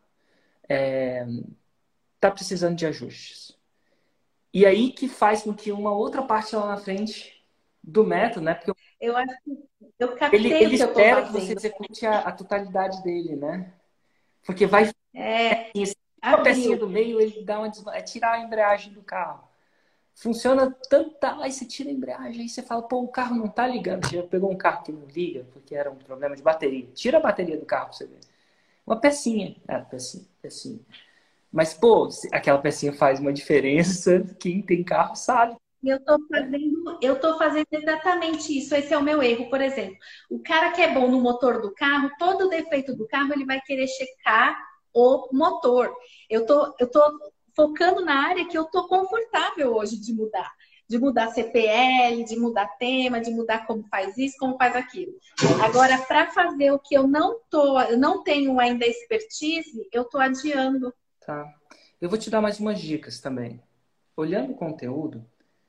tá precisando de ajustes. E aí que faz com que uma outra parte lá na frente do método, né? Porque eu acho que eu captei ele o que eu estou espera que você fazendo. execute a totalidade dele, né? Porque vai É, assim, uma pecinha abriu. do meio, ele dá é tirar a embreagem do carro. Funciona tanto, aí você tira a embreagem, aí você fala, pô, o carro não tá ligando. Você já pegou um carro que não liga, porque era um problema de bateria. Tira a bateria do carro pra você ver. Uma pecinha. Pecinha. Mas, pô, aquela pecinha faz uma diferença. Quem tem carro sabe. Eu tô fazendo exatamente isso. Esse é o meu erro, por exemplo. O cara que é bom no motor do carro, todo defeito do carro, ele vai querer checar o motor. Eu tô focando na área que eu tô confortável hoje de mudar CPL, de mudar tema, de mudar como faz isso, como faz aquilo. Agora, para fazer o que eu não tenho ainda expertise, eu tô adiando. Tá. Eu vou te dar mais umas dicas também. Olhando o conteúdo,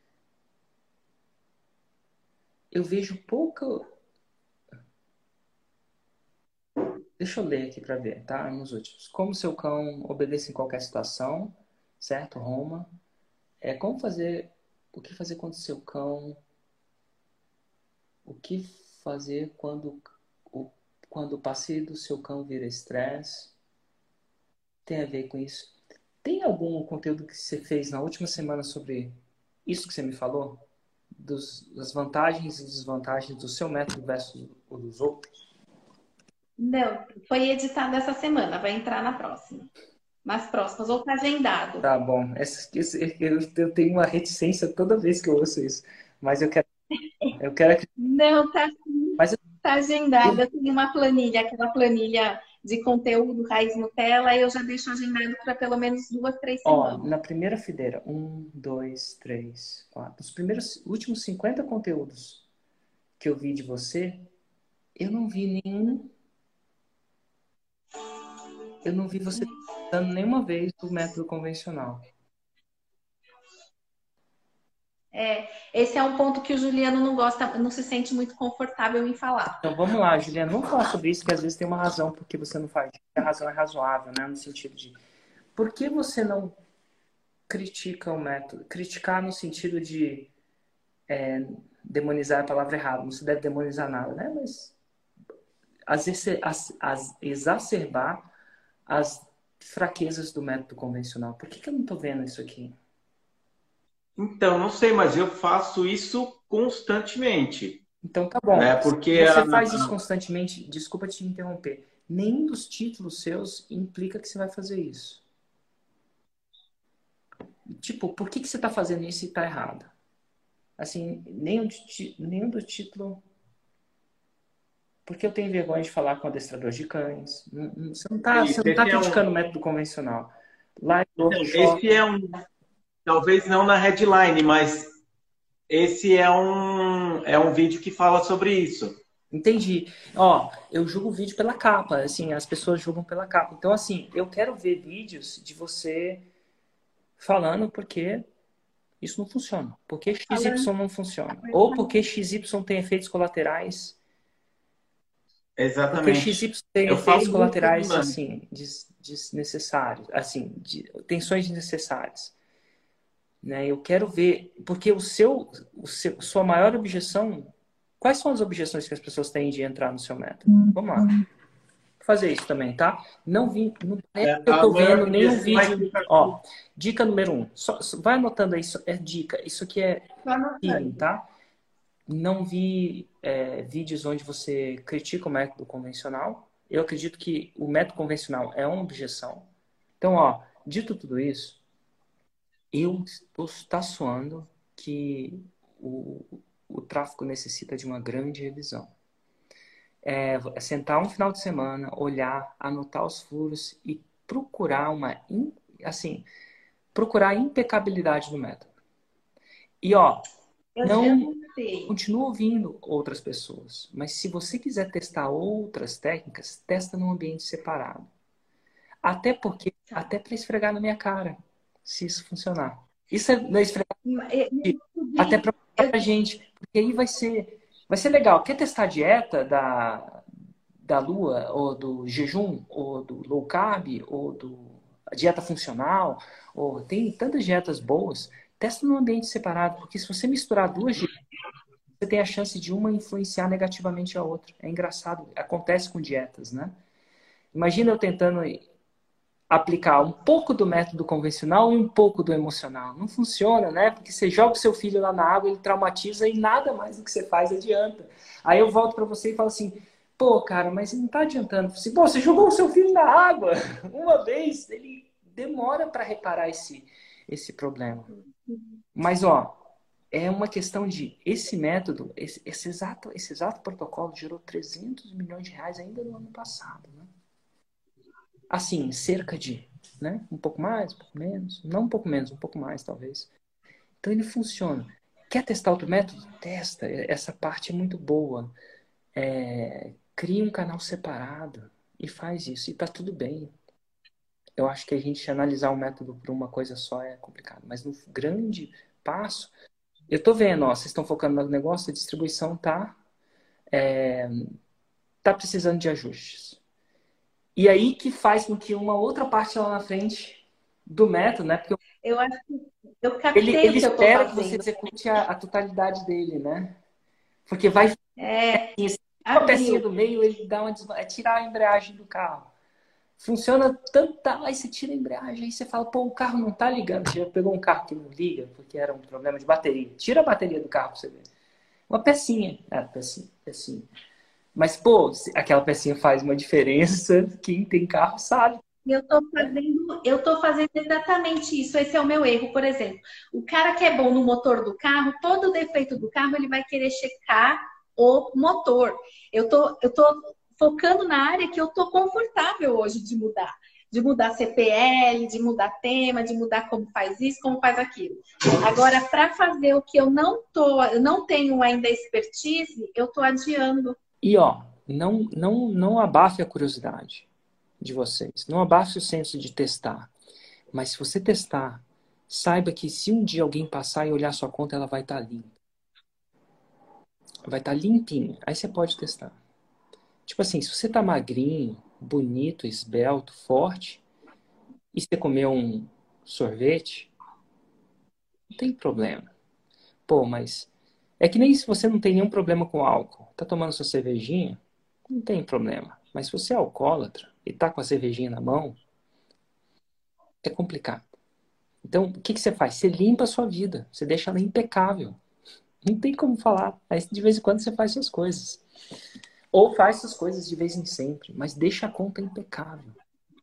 eu vejo pouca. Deixa eu ler aqui para ver, tá? Nos últimos. Como seu cão obedece em qualquer situação, certo? Roma. Como fazer. O que fazer quando seu cão. O que fazer o, quando o passeio do seu cão vira estresse? Tem a ver com isso? Tem algum conteúdo que você fez na última semana sobre isso que você me falou? Das vantagens e desvantagens do seu método versus o dos outros? Não, foi editado essa semana, vai entrar na próxima. Nas próximas, ou tá agendado. Tá bom. Eu tenho uma reticência toda vez que eu ouço isso. Mas eu quero acreditar. Não, Mas tá eu, agendado. Eu tenho uma planilha, aquela planilha de conteúdo Raiz Nutella, eu já deixo agendado para pelo menos 2, 3 semanas. na primeira fileira, um, dois, três, quatro. Os últimos 50 conteúdos que eu vi de você, eu não vi nenhum. Eu não vi você dando nenhuma vez o método convencional. Esse é um ponto que o Juliano não gosta, não se sente muito confortável em falar. Então vamos lá, Juliana, vamos falar sobre isso, que às vezes tem uma razão por que você não faz. A razão é razoável, né? No sentido de por que você não critica o método? Criticar no sentido de demonizar é a palavra errada, não se deve demonizar nada, né? Mas exacerbar as fraquezas do método convencional. Por que eu não estou vendo isso aqui? Então, não sei, mas eu faço isso constantemente, Então tá bom. né? Se Porque você faz isso constantemente, desculpa te interromper, nenhum dos títulos seus implica que você vai fazer isso. Tipo, por que você está fazendo isso e está errado? Assim, nenhum do título. Porque eu tenho vergonha de falar com adestrador de cães. Você não tá esse é um, criticando o método convencional. Lá em esse workshop. é um, talvez não na headline, mas esse é um vídeo que fala sobre isso. Entendi. Ó, eu julgo o vídeo pela capa. Assim, as pessoas julgam pela capa. Então, assim, eu quero ver vídeos de você falando porque isso não funciona. Porque XY Falando, não funciona. Ou porque XY tem efeitos colaterais Porque Exatamente. XY tem Eu efeitos falo muito do colaterais, lance. assim, desnecessários, assim, tensões desnecessárias, né? Eu quero ver, porque sua maior objeção, quais são as objeções que as pessoas têm de entrar no seu método? Vamos lá, vou fazer isso também, tá? Não parece que eu A tô maior vendo nenhum objeção é que vídeo, ó, dica número um, vai anotando aí, é dica, isso aqui é está feeling, anotando. tá? Não vi vídeos onde você critica o método convencional. Eu acredito que o método convencional é uma objeção. Então, ó, dito tudo isso, eu estou tá soando que o tráfego necessita de uma grande revisão. É sentar um final de semana, olhar, anotar os furos e procurar assim, procurar a impecabilidade do método. E ó, Eu não não sei. continua ouvindo outras pessoas, mas se você quiser testar outras técnicas, testa num ambiente separado. Até porque, Tá. até para esfregar na minha cara, se isso funcionar. Isso é não é esfregar, Eu até descobri, para a gente, porque aí vai ser legal. Quer testar a dieta da lua, ou do jejum, ou do low carb, ou a dieta funcional, ou tem tantas dietas boas, testa num ambiente separado, porque se você misturar duas você tem a chance de uma influenciar negativamente a outra. É engraçado, acontece com dietas, né? Imagina eu tentando aplicar um pouco do método convencional e um pouco do emocional. Não funciona, né? Porque você joga o seu filho lá na água, ele traumatiza e nada mais do que você faz adianta. Aí eu volto para você e falo assim, pô, cara, mas não tá adiantando. Assim, pô, você jogou o seu filho na água uma vez, ele demora para reparar esse problema. Mas, ó, é uma questão de esse método, esse exato protocolo gerou 300 milhões de reais ainda no ano passado, né? Assim, cerca de, né? Um pouco mais, um pouco menos, não um pouco menos, um pouco mais talvez. Então ele funciona. Quer testar outro método? Testa. Essa parte é muito boa. Cria um canal separado e faz isso e tá tudo bem. Eu acho que a gente analisar um método por uma coisa só é complicado, mas no grande passo, eu tô vendo, ó, vocês estão focando no negócio, a distribuição tá precisando de ajustes. E aí que faz com que uma outra parte lá na frente do método, né? Porque eu acho que eu ele, captei ele o que eu estou espera que você fazendo. execute a totalidade dele, né? Porque vai É, assim, uma pecinha abriu. do meio, ele dá é tirar a embreagem do carro. Funciona tanto, tá, aí você tira a embreagem, aí você fala, pô, o carro não tá ligando. Você já pegou um carro que não liga, porque era um problema de bateria. Tira a bateria do carro pra você ver. Uma pecinha. Pecinha. Mas, pô, aquela pecinha faz uma diferença. Quem tem carro sabe, né? Eu tô fazendo exatamente isso. Esse é o meu erro, por exemplo. O cara que é bom no motor do carro, todo defeito do carro, ele vai querer checar o motor. Eu tô focando na área que eu tô confortável hoje de mudar. De mudar CPL, de mudar tema, de mudar como faz isso, como faz aquilo. Agora, para fazer o que eu não tenho ainda expertise, eu tô adiando. E, ó, não abafe a curiosidade de vocês. Não abafe o senso de testar. Mas se você testar, saiba que se um dia alguém passar e olhar sua conta, ela vai estar limpa. Vai estar limpinha. Aí você pode testar. Tipo assim, se você tá magrinho, bonito, esbelto, forte, e você comer um sorvete, não tem problema. Pô, mas é que nem se você não tem nenhum problema com álcool. Tá tomando sua cervejinha, não tem problema. Mas se você é alcoólatra e tá com a cervejinha na mão, é complicado. Então, o que você faz? Você limpa a sua vida. Você deixa ela impecável. Não tem como falar. Aí, de vez em quando, você faz suas coisas. Ou faz suas coisas de vez em sempre. Mas deixa a conta impecável.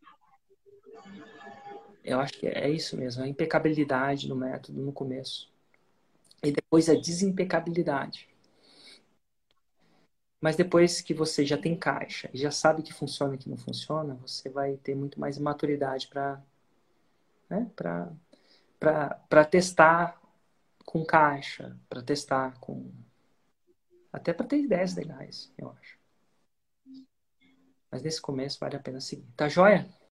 Eu acho que é isso mesmo. A impecabilidade no método no começo. E depois a desimpecabilidade. Mas depois que você já tem caixa e já sabe que funciona e que não funciona, você vai ter muito mais maturidade para, né, para testar com caixa, para testar com até para ter ideias legais, eu acho. Mas nesse começo vale a pena seguir. Tá joia?